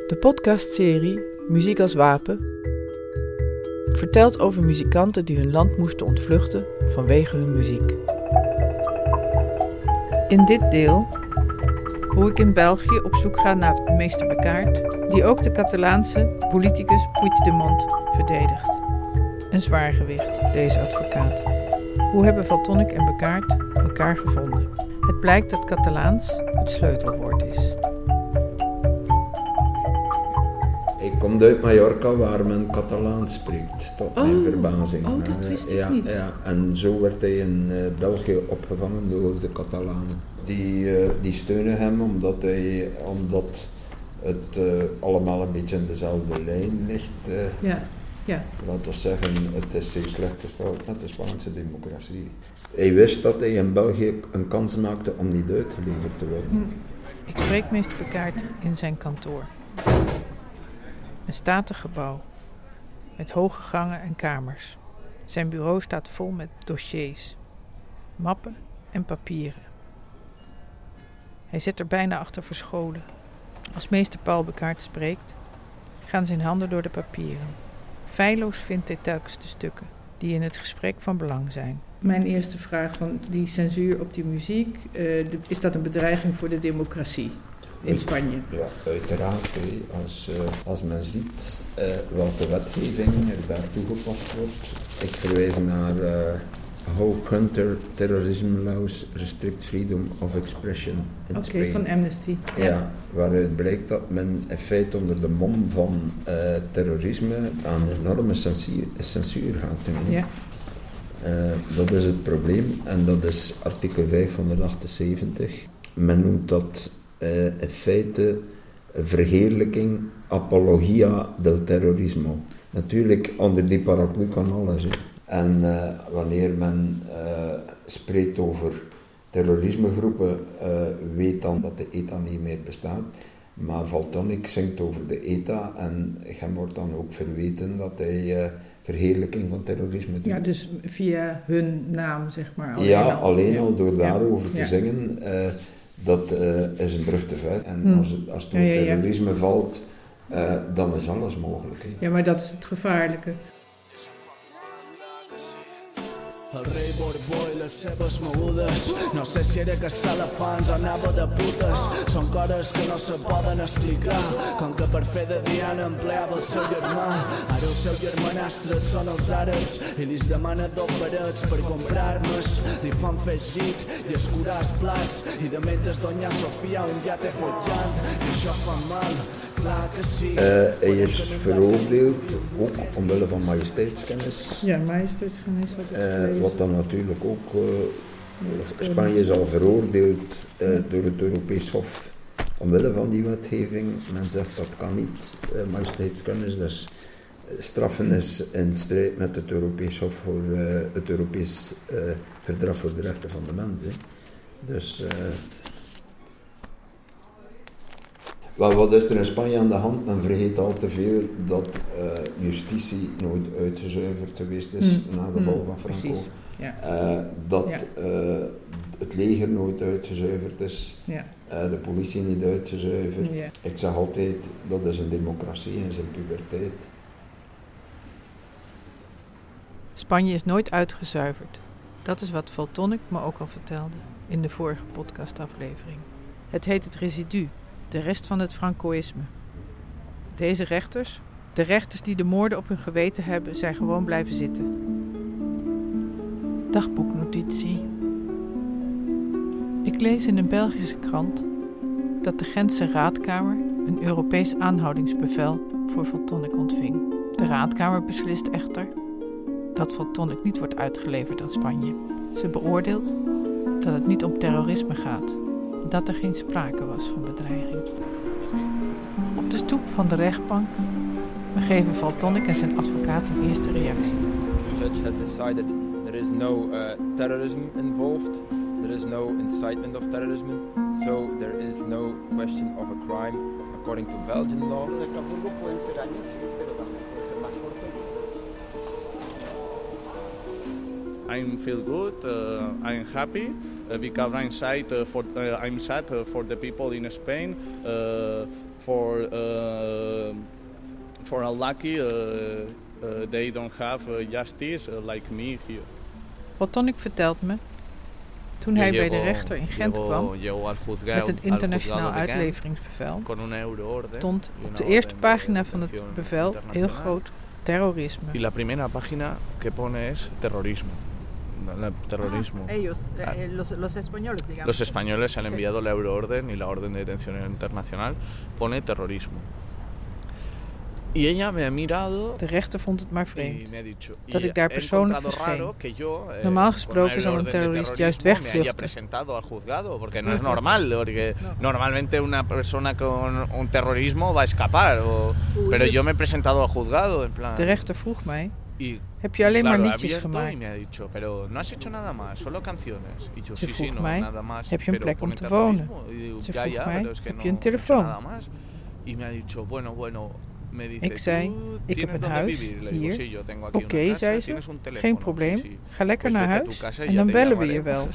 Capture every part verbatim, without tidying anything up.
De podcastserie Muziek als Wapen vertelt over muzikanten die hun land moesten ontvluchten vanwege hun muziek. In dit deel hoe ik in België op zoek ga naar meester Becaert, die ook de Catalaanse politicus Puigdemont verdedigt. Een zwaargewicht, deze advocaat. Hoe hebben Valtonyc en Becaert elkaar gevonden? Het blijkt dat Catalaans het sleutelwoord is. Ik kom uit Mallorca waar men Catalaans spreekt, tot mijn oh, verbazing. Oh, dat wist ik ja, niet. Ja, en zo werd hij in uh, België opgevangen door de Catalanen. Die, uh, die steunen hem omdat, hij, omdat het uh, allemaal een beetje in dezelfde lijn ligt. Uh, Ja, ja. Laten we zeggen, het is zeer slecht gesteld met de Spaanse democratie. Hij wist dat hij in België een kans maakte om niet uitgeleverd te worden. Hm. Ik spreek meester Becaert in zijn kantoor. Een statig gebouw, met hoge gangen en kamers. Zijn bureau staat vol met dossiers, mappen en papieren. Hij zit er bijna achter verscholen. Als meester Paul Becaert spreekt, gaan zijn handen door de papieren. Feilloos vindt hij telkens de stukken die in het gesprek van belang zijn. Mijn eerste vraag van die censuur op die muziek, uh, de, is dat een bedreiging voor de democratie in Spanje? Ja, uiteraard. He. Als, uh, als men ziet uh, welke wetgeving er daar toegepast wordt. Ik verwijs naar uh, How Counter-Terrorism Laws Restrict Freedom of Expression in Oké, Spain. van Amnesty. Ja. ja, waaruit blijkt dat men in feite onder de mom van uh, terrorisme aan enorme censuur, censuur gaat doen. Ja. Uh, dat is het probleem en dat is artikel vijfhonderdachtenzeventig. Men noemt dat uh, in feite verheerlijking, apologia del terrorismo. Natuurlijk, onder die paraplu kan alles. He. En uh, wanneer men uh, spreekt over terrorismegroepen, uh, weet dan dat de E T A niet meer bestaat. Maar Valtonyc zingt over de E T A en hem wordt dan ook verweten dat hij uh, verheerlijking van terrorisme doet. Ja, dus via hun naam, zeg maar. Alleen ja, al. alleen ja. al door daarover ja. te ja. zingen, uh, dat uh, is een brug te ver. En hmm. als het, als het over ja, ja, ja. terrorisme valt, uh, dan is alles mogelijk. He. Ja, maar dat is het gevaarlijke. El rei Borbó i les seves mogudes. No sé si era que salafans o anava de putes. Són coses que no se poden explicar. Com que per fer de Diana empleava el seu germà. Ara el seu germanastre són els àrabs i li demana dos parets per comprar-nos. Li fan fer git i escurar els plats. I de mentre Doña Sofia un ja té follant. I això fa mal. Uh, hij is veroordeeld, ook omwille van majesteitskennis. Ja, majesteitskennis. Uh, wat dan natuurlijk ook, uh, Spanje is al veroordeeld uh, door het Europees Hof omwille van die wetgeving. Men zegt dat kan niet, uh, majesteitskennis, dus straffen is in strijd met het Europees Hof voor uh, het Europees uh, Verdrag voor de Rechten van de Mens. He. Dus... Uh, Wel, wat is er in Spanje aan de hand? Men vergeet al te veel dat uh, justitie nooit uitgezuiverd geweest is mm. na de val mm, van Franco. Ja. Uh, dat ja. uh, het leger nooit uitgezuiverd is, ja. uh, de politie niet uitgezuiverd. Ja. Ik zeg altijd, dat is een democratie in zijn puberteit. Spanje is nooit uitgezuiverd. Dat is wat Valtonyc me ook al vertelde in de vorige podcastaflevering. Het heet het residu. De rest van het Francoïsme. Deze rechters, de rechters die de moorden op hun geweten hebben, zijn gewoon blijven zitten. Dagboeknotitie. Ik lees in een Belgische krant dat de Gentse Raadkamer een Europees aanhoudingsbevel voor Valtonyc ontving. De Raadkamer beslist echter dat Valtonyc niet wordt uitgeleverd aan Spanje. Ze beoordeelt dat het niet om terrorisme gaat. Dat er geen sprake was van bedreiging. Op de stoep van de rechtbank geven Valtonyc en zijn advocaat een eerste reactie. The judge has decided there is no uh, terrorism involved, there is no incitement of terrorism, so there is no question of a crime according to Belgian law. I feel good, uh, I'm happy. uh, because I'm sad uh, for uh, I'm sad uh, for the people in Spain, uh, for uh, for unlucky uh, uh, they don't have uh, justice uh, like me here. Valtonyc vertelt me, toen hij bij de rechter in Gent kwam met een internationaal uitleveringsbevel, stond op de eerste pagina van het bevel heel groot terrorisme. Y la primera página que pone es terrorismo. Terrorismo. Ah, ellos, eh, los, los españoles, digamos. Los españoles han enviado la euroorden y la orden de detención internacional pone terrorismo. Y ella me ha mirado. De rechter vond het maar vreemd dat ik daar persoonlijk verscheen. Normaal gesproken zal een terrorist juist wegvluchten. Porque no es normal, porque normalmente una persona con un terrorismo va a escapar. O, pero yo me he presentado al juzgado en plan. De rechter vroeg mij: heb je alleen maar liedjes gemaakt? Ze vroeg mij: heb je een plek om te wonen? Ze vroeg mij: heb je een telefoon? Ik zei, ik heb een huis hier. Oké, okay, zei ze, geen probleem. Ga lekker naar huis en dan bellen we je wel.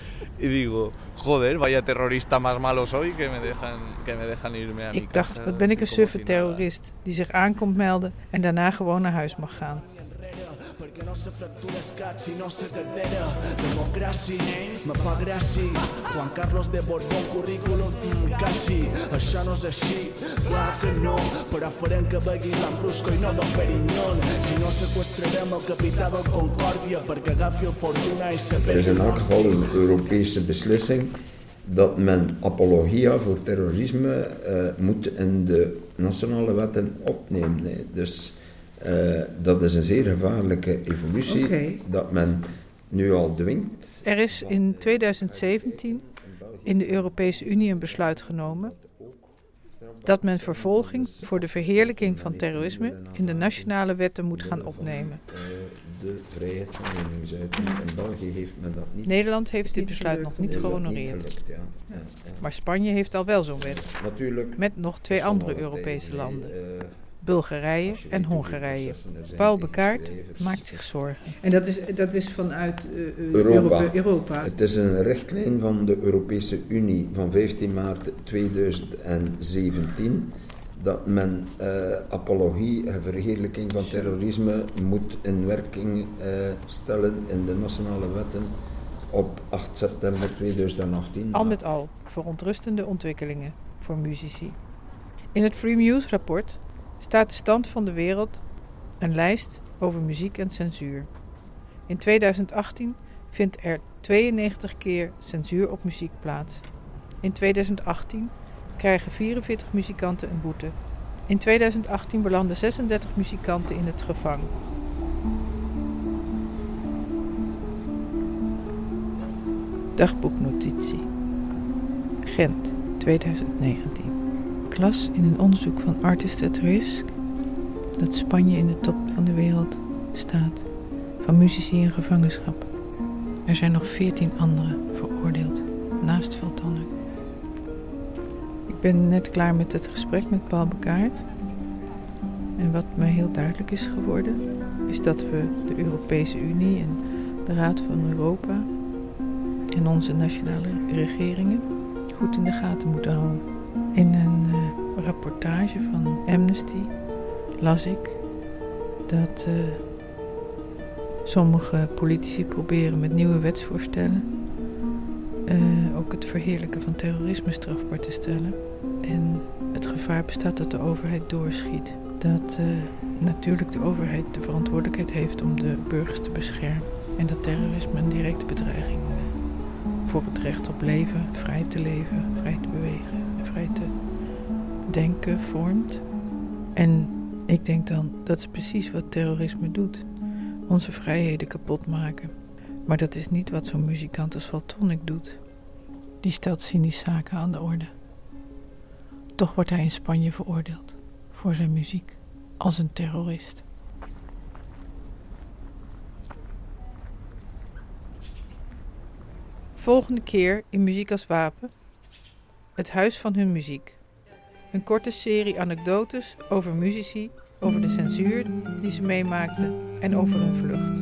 Ik dacht, wat ben ik een suffe terrorist die zich aankomt melden en daarna gewoon naar huis mag gaan. Perquè no se fractura escats i no se catera. Democràcia, me fa gràcia. Juan Carlos de Borbón, currículum, mm, quasi. Això no és així, clar que no. Però farem que begui l'Ambrusco i no Don Perignon. Si no sequestrarem el capità del Concòrdia perquè agafi el Fortuna i se Er is in elk geval een Europese beslissing dat men apologia voor terrorisme uh, moet in de nationale wetten opnemen. Nee. Dus Uh, dat is een zeer gevaarlijke evolutie, okay. Dat men nu al dwingt. Er is in tweeduizend zeventien in de Europese Unie een besluit genomen dat men vervolging voor de verheerlijking van terrorisme in de nationale wetten moet gaan opnemen. De vrijheid van meningsuiting. In België heeft men dat niet. Nederland heeft dit besluit nog niet gehonoreerd. Ja. Ja, ja. Maar Spanje heeft al wel zo'n wet. Natuurlijk. Met nog twee andere Europese landen. Bulgarije en Hongarije. Paul Bekaert maakt zich zorgen. En dat is, dat is vanuit uh, Europa. Europa. Europa. Het is een richtlijn van de Europese Unie van vijftien maart tweeduizend zeventien dat men uh, apologie en verheerlijking van terrorisme moet in werking uh, stellen in de nationale wetten op acht september tweeduizend achttien. Al met al verontrustende ontwikkelingen voor muzici. In het Free Muse rapport staat de stand van de wereld, een lijst over muziek en censuur. In tweeduizend achttien vindt er tweeënnegentig keer censuur op muziek plaats. In tweeduizend achttien krijgen vierenveertig muzikanten een boete. In tweeduizend achttien belanden zesendertig muzikanten in het gevang. Dagboeknotitie. Gent, tweeduizend negentien. Ik las in een onderzoek van Artists at Risk dat Spanje in de top van de wereld staat van muzici in gevangenschap. Er zijn nog veertien anderen veroordeeld, naast Valtonyc. Ik ben net klaar met het gesprek met Paul Bekaert. En wat mij heel duidelijk is geworden, is dat we de Europese Unie en de Raad van Europa en onze nationale regeringen goed in de gaten moeten houden. In een uh, rapportage van Amnesty las ik dat uh, sommige politici proberen met nieuwe wetsvoorstellen uh, ook het verheerlijken van terrorisme strafbaar te stellen. En het gevaar bestaat dat de overheid doorschiet. Dat uh, natuurlijk de overheid de verantwoordelijkheid heeft om de burgers te beschermen. En dat terrorisme een directe bedreiging uh, voor het recht op leven, vrij te leven, vrij te bewegen en vrij te denken vormt. En ik denk dan, dat is precies wat terrorisme doet. Onze vrijheden kapot maken. Maar dat is niet wat zo'n muzikant als Valtonyc doet. Die stelt cynisch zaken aan de orde. Toch wordt hij in Spanje veroordeeld voor zijn muziek als een terrorist. Volgende keer in Muziek als Wapen. Het huis van hun muziek. Een korte serie anekdotes over muzici, over de censuur die ze meemaakten en over hun vlucht.